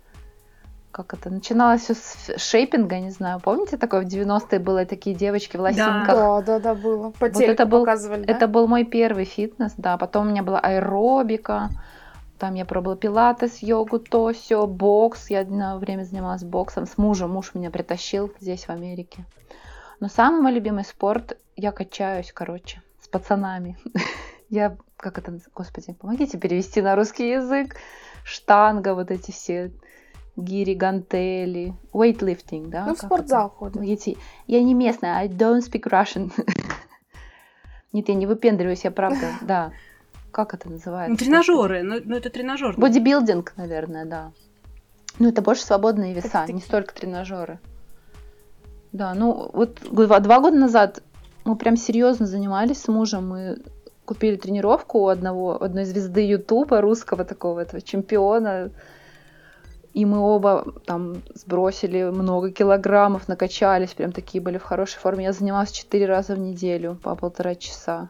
Как это? Начиналось все с шейпинга, не знаю. Помните, такое в 90-е было такие девочки в лосинках? Да, было. По Вот телеку показывали, да? Это был мой первый фитнес, да. Потом у меня была аэробика. Там я пробовала пилатес, йогу, то сё, бокс. Я одно время занималась боксом с мужем. Муж меня притащил здесь, в Америке. Но самый мой любимый спорт, я качаюсь, с пацанами. Я, как это, господи, помогите перевести на русский язык. Штанга, вот эти все гири, гантели, weightlifting, да? Ну, в спортзал ходят. Я не местная, I don't speak Russian. Нет, я не выпендриваюсь, я правда, да. Как это называется? Ну, тренажеры, ну это тренажер. Бодибилдинг, наверное, да. Ну, это больше свободные веса, не столько тренажеры. Да, ну, вот 2 года назад мы прям серьезно занимались с мужем, мы купили тренировку у одной звезды Ютуба, русского такого этого чемпиона. И мы оба там сбросили много килограммов, накачались, прям такие были в хорошей форме. Я занималась 4 раза в неделю по 1,5 часа.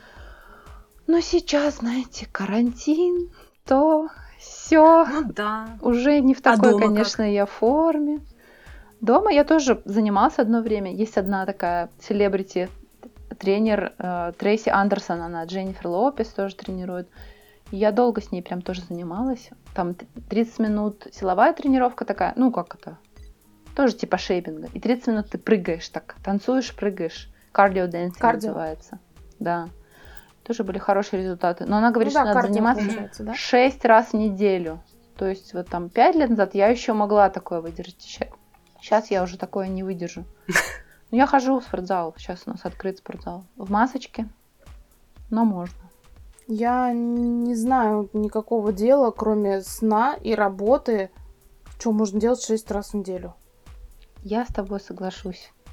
Но сейчас, знаете, карантин, то все. Ну да. Уже не в такой, конечно, я форме. Дома я тоже занималась одно время. Есть одна такая селебрити тренер Трейси Андерсон, она Дженнифер Лопес тоже тренирует. Я долго с ней прям тоже занималась. Там 30 минут силовая тренировка такая, ну как это, тоже типа шейпинга. И 30 минут ты прыгаешь так, танцуешь, прыгаешь. Кардио-дэнсинг называется. Да. Тоже были хорошие результаты. Но она говорит, что надо заниматься 6 раз в неделю. То есть вот там 5 лет назад я еще могла такое выдержать. Сейчас я уже такое не выдержу. Но я хожу в спортзал. Сейчас у нас открыт спортзал. В масочке. Но можно. Я не знаю никакого дела, кроме сна и работы, что можно делать 6 раз в неделю. Я с тобой соглашусь.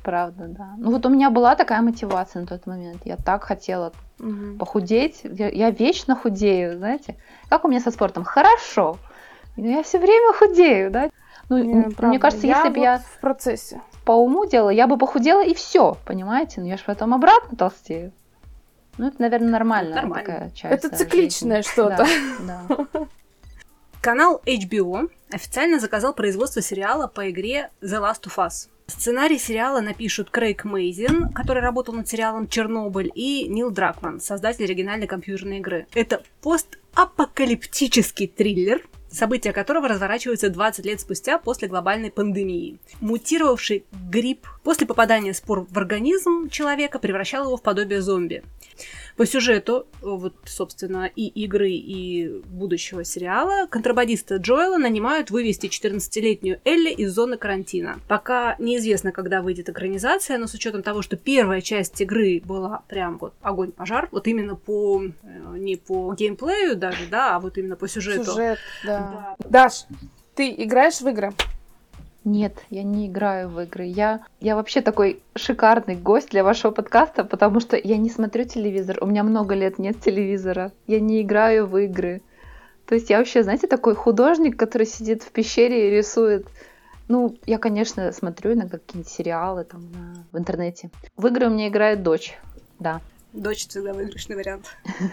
Правда, да. Ну вот у меня была такая мотивация на тот момент. Я так хотела похудеть. Я вечно худею, знаете. Как у меня со спортом? Хорошо. Но я все время худею, да. Ну, мне кажется, если бы я в процессе по уму делала, я бы похудела и все, понимаете? Но я же потом обратно толстею. Ну, это, наверное, нормальная такая часть. Это цикличное что-то. Да. Канал HBO официально заказал производство сериала по игре The Last of Us. Сценарий сериала напишут Крейг Мейзин, который работал над сериалом «Чернобыль», и Нил Дракман, создатель оригинальной компьютерной игры. Это постапокалиптический триллер, события которого разворачиваются 20 лет спустя после глобальной пандемии. Мутировавший гриб после попадания спор в организм человека превращал его в подобие зомби. По сюжету, вот, собственно, и игры, и будущего сериала, контрабандиста Джоэла нанимают вывести 14-летнюю Элли из зоны карантина. Пока неизвестно, когда выйдет экранизация, но с учетом того, что первая часть игры была прям вот огонь-пожар, вот именно по, не по геймплею даже, да, а вот именно по сюжету. Сюжет, да. Даш, ты играешь в игры? Нет, я не играю в игры. Я вообще такой шикарный гость для вашего подкаста, потому что я не смотрю телевизор. У меня много лет нет телевизора. Я не играю в игры. То есть я вообще, знаете, такой художник, который сидит в пещере и рисует. Ну, я, конечно, смотрю иногда какие-нибудь сериалы там в интернете. В игры у меня играет дочь, да. Дочь всегда выигрышный вариант.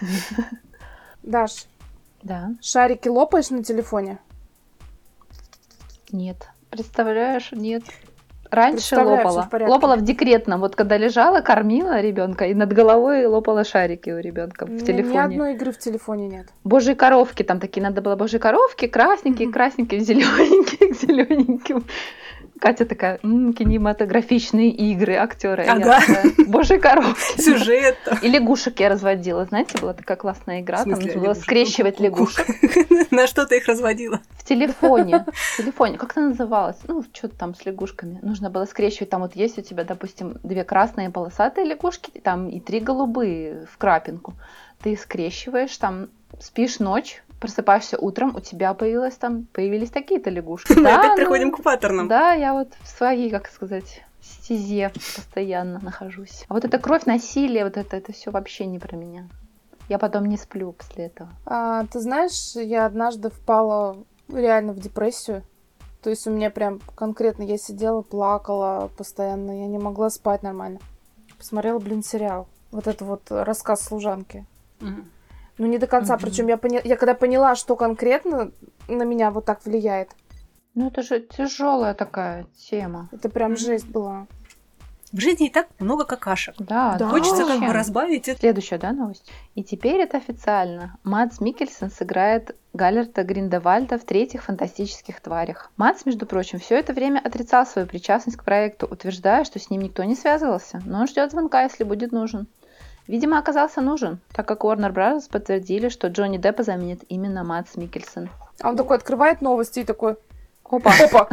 Даш, да. Шарики лопаешь на телефоне? Нет. Представляешь, нет. Раньше лопала. Лопала в декретном. Вот когда лежала, кормила ребенка и над головой лопала шарики у ребенка в телефоне. Ни одной игры в телефоне нет. Божьи коровки там такие, надо было божьи коровки, красненькие, красненькие, зелененькие, зелененькие. Катя такая, кинематографичные игры, актеры. Ага. Божьи коровки. Сюжет. И лягушек я разводила. Знаете, была такая классная игра. Там нужно было скрещивать лягушек. На что ты их разводила? В телефоне. Как это называлось? Ну, что-то там с лягушками. Нужно было скрещивать. Там вот есть у тебя, допустим, 2 красные полосатые лягушки, там и 3 голубые в крапинку. Ты их скрещиваешь, там спишь ночь, просыпаешься утром, у тебя появились такие-то лягушки. Мы опять приходим к паттернам. Да, я вот в своей, как сказать, стезе постоянно нахожусь. А вот эта кровь, насилие, вот это все вообще не про меня. Я потом не сплю после этого. Ты знаешь, я однажды впала реально в депрессию. То есть у меня прям конкретно, я сидела, плакала постоянно, я не могла спать нормально. Посмотрела, сериал. Вот это вот рассказ служанки. Ну, не до конца. Причем я когда поняла, что конкретно на меня вот так влияет. Ну, это же тяжелая такая тема. Это прям жесть была. В жизни и так много какашек. Да. Хочется как бы разбавить это. Следующая, да, новость? И теперь это официально. Мадс Миккельсен сыграет Галлерта Гриндевальда в 3-х «Фантастических тварях». Мадс, между прочим, все это время отрицал свою причастность к проекту, утверждая, что с ним никто не связывался, но он ждет звонка, если будет нужен. Видимо, оказался нужен, так как Warner Bros. Подтвердили, что Джонни Деппа заменит именно Мадс Миккельсен. А он такой открывает новости и такой... Опа!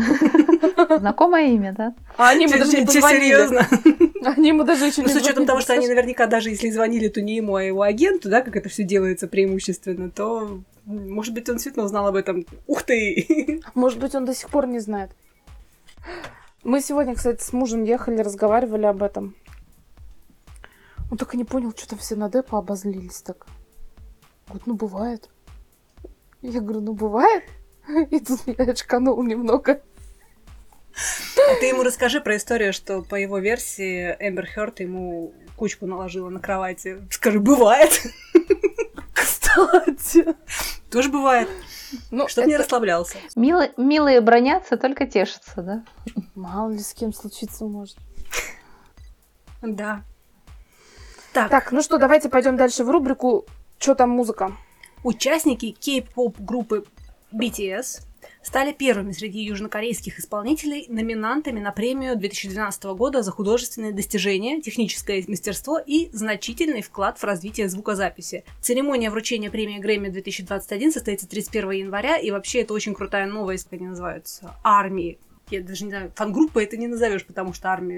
Знакомое имя, да? А они ему даже не позвонили. Серьезно? Они ему даже еще не с учетом того, что они наверняка даже если звонили, то не ему, а его агенту, да, как это все делается преимущественно, то, может быть, он действительно узнал об этом. Ух ты! Может быть, он до сих пор не знает. Мы сегодня, кстати, с мужем ехали, разговаривали об этом. Он так и не понял, что там все на Деппа обозлились так. Говорит, бывает. Я говорю, бывает? И тут я очканул немного. А ты ему расскажи про историю, что по его версии Эмбер Хёрд ему кучку наложила на кровати. Скажи, бывает? Кстати. Тоже бывает. Чтоб не расслаблялся. Милые бронятся, только тешатся, да? Мало ли с кем случиться может. Да. Так, ну что, давайте пойдем дальше в рубрику «Чё там музыка?». Участники кей-поп группы BTS стали первыми среди южнокорейских исполнителей номинантами на премию 2012 года за художественные достижения, техническое мастерство и значительный вклад в развитие звукозаписи. Церемония вручения премии Грэмми 2021 состоится 31 января, и вообще это очень крутая новость, как они называются, армии. Я даже не знаю, фан-группой это не назовешь, потому что армии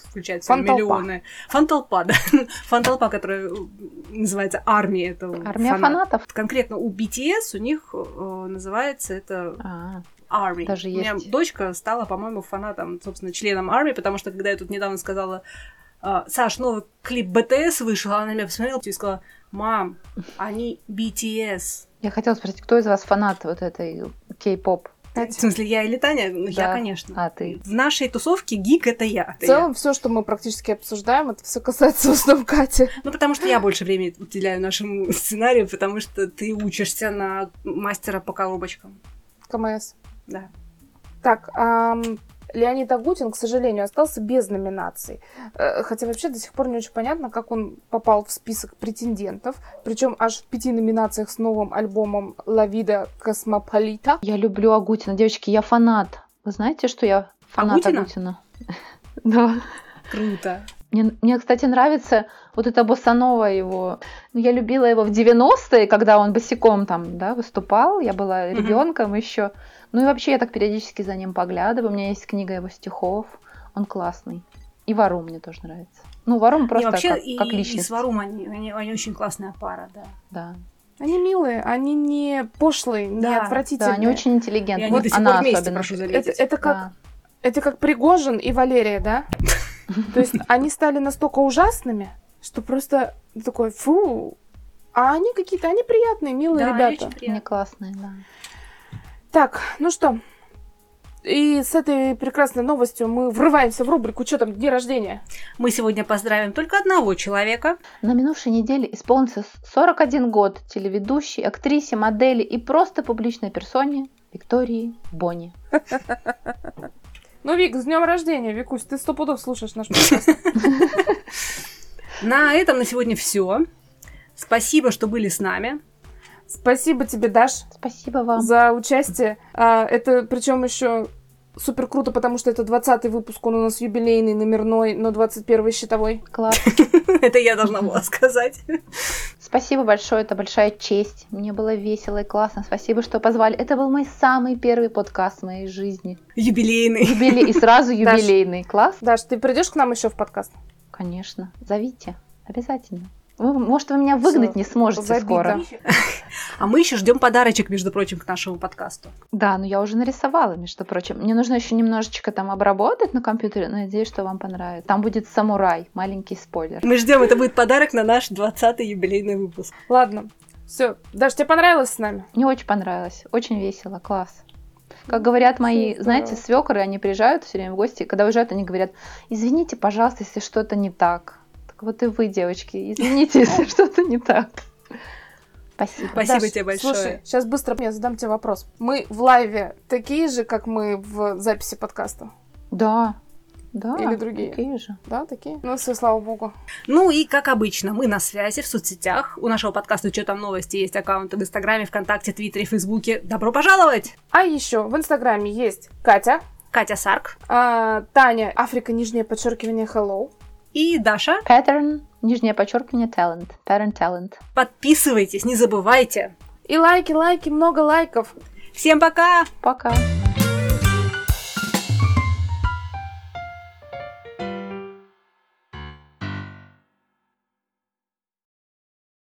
включает в себя миллионы. Фан-толпа, да. Фан-толпа, которая называется армия этого Армия фанатов. Конкретно у BTS у них называется это Army. Даже у меня дочка стала, по-моему, фанатом, собственно, членом Army, потому что, когда я тут недавно сказала: Саш, новый клип BTS вышел, она на меня посмотрела и сказала: мам, они BTS. Я хотела спросить, кто из вас фанат вот этой кей-поп? В смысле, я или Таня? Ну, да. Я, конечно. А ты? В нашей тусовке гик — это я. В целом, все, что мы практически обсуждаем, это все касается в основном Кати. Ну, потому что я больше времени уделяю нашему сценарию, потому что ты учишься на мастера по коробочкам. КМС. Да. Так, Леонид Агутин, к сожалению, остался без номинаций. Хотя вообще до сих пор не очень понятно, как он попал в список претендентов. Причем аж в 5 номинациях с новым альбомом «La Vida Cosmopolita». Я люблю Агутина. Девочки, я фанат. Вы знаете, что я фанат Агутина? Да. Круто. Мне, кстати, нравится вот эта боссанова его. Я любила его в 90-е, когда он босиком там, да, выступал. Я была ребенком еще. Ну и вообще я так периодически за ним поглядываю. У меня есть книга его стихов. Он классный. И Варум мне тоже нравится. Ну, Варум просто вообще, как личность. И с Варум они очень классная пара, да. Да. Они милые, они не пошлые, не отвратительные. Да, они очень интеллигентные. И они до сих пор вместе, прошу заметить. Это как Пригожин и Валерия, да? То есть они стали настолько ужасными, что просто такой, фу. А они какие-то, они приятные, милые ребята. Они классные, да. Так, ну что, и с этой прекрасной новостью мы врываемся в рубрику «Чё там, дни рождения?». Мы сегодня поздравим только одного человека. На минувшей неделе исполнится 41 год телеведущей, актрисе, модели и просто публичной персоне Виктории Бони. Ну, Вик, с днем рождения, Викусь, ты 100 пудов слушаешь наш подкаст. На этом на сегодня все. Спасибо, что были с нами. Спасибо тебе, Даш. Спасибо вам. За участие. Это причем еще супер круто, потому что это 20-й выпуск, он у нас юбилейный, номерной, но 21-й счетовой. Класс. Это я должна была сказать. Спасибо большое, это большая честь. Мне было весело и классно. Спасибо, что позвали. Это был мой самый первый подкаст в моей жизни. Юбилейный. И сразу юбилейный. Класс. Даш, ты придешь к нам еще в подкаст? Конечно. Зовите. Обязательно. Может, вы меня выгнать не сможете скоро. А мы еще ждем подарочек, между прочим, к нашему подкасту. Да, но я уже нарисовала, между прочим. Мне нужно еще немножечко там обработать на компьютере. Надеюсь, что вам понравится. Там будет самурай, маленький спойлер. Мы ждем, это будет подарок на наш 20-й юбилейный выпуск. Ладно, все. Даш, тебе понравилось с нами? Мне очень понравилось, очень весело, класс. Как говорят мои, знаете, свекры, они приезжают все время в гости, и когда уезжают, они говорят: извините, пожалуйста, если что-то не так. Вот и вы, девочки, извините, если что-то не так. Спасибо. Спасибо Даш, тебе большое. Слушай, сейчас быстро я задам тебе вопрос. Мы в лайве такие же, как мы в записи подкаста? Да. Или другие? Такие же. Да, такие? Ну, все, слава богу. Ну и, как обычно, мы на связи в соцсетях. У нашего подкаста «Чё там новости» есть аккаунты в Инстаграме, ВКонтакте, Твиттере, Фейсбуке. Добро пожаловать! А еще в Инстаграме есть Катя Сарк, Таня, Африка, _, hello. И Даша. Pattern, _, talent. Pattern talent. Подписывайтесь, не забывайте. И лайки, много лайков. Всем пока! Пока.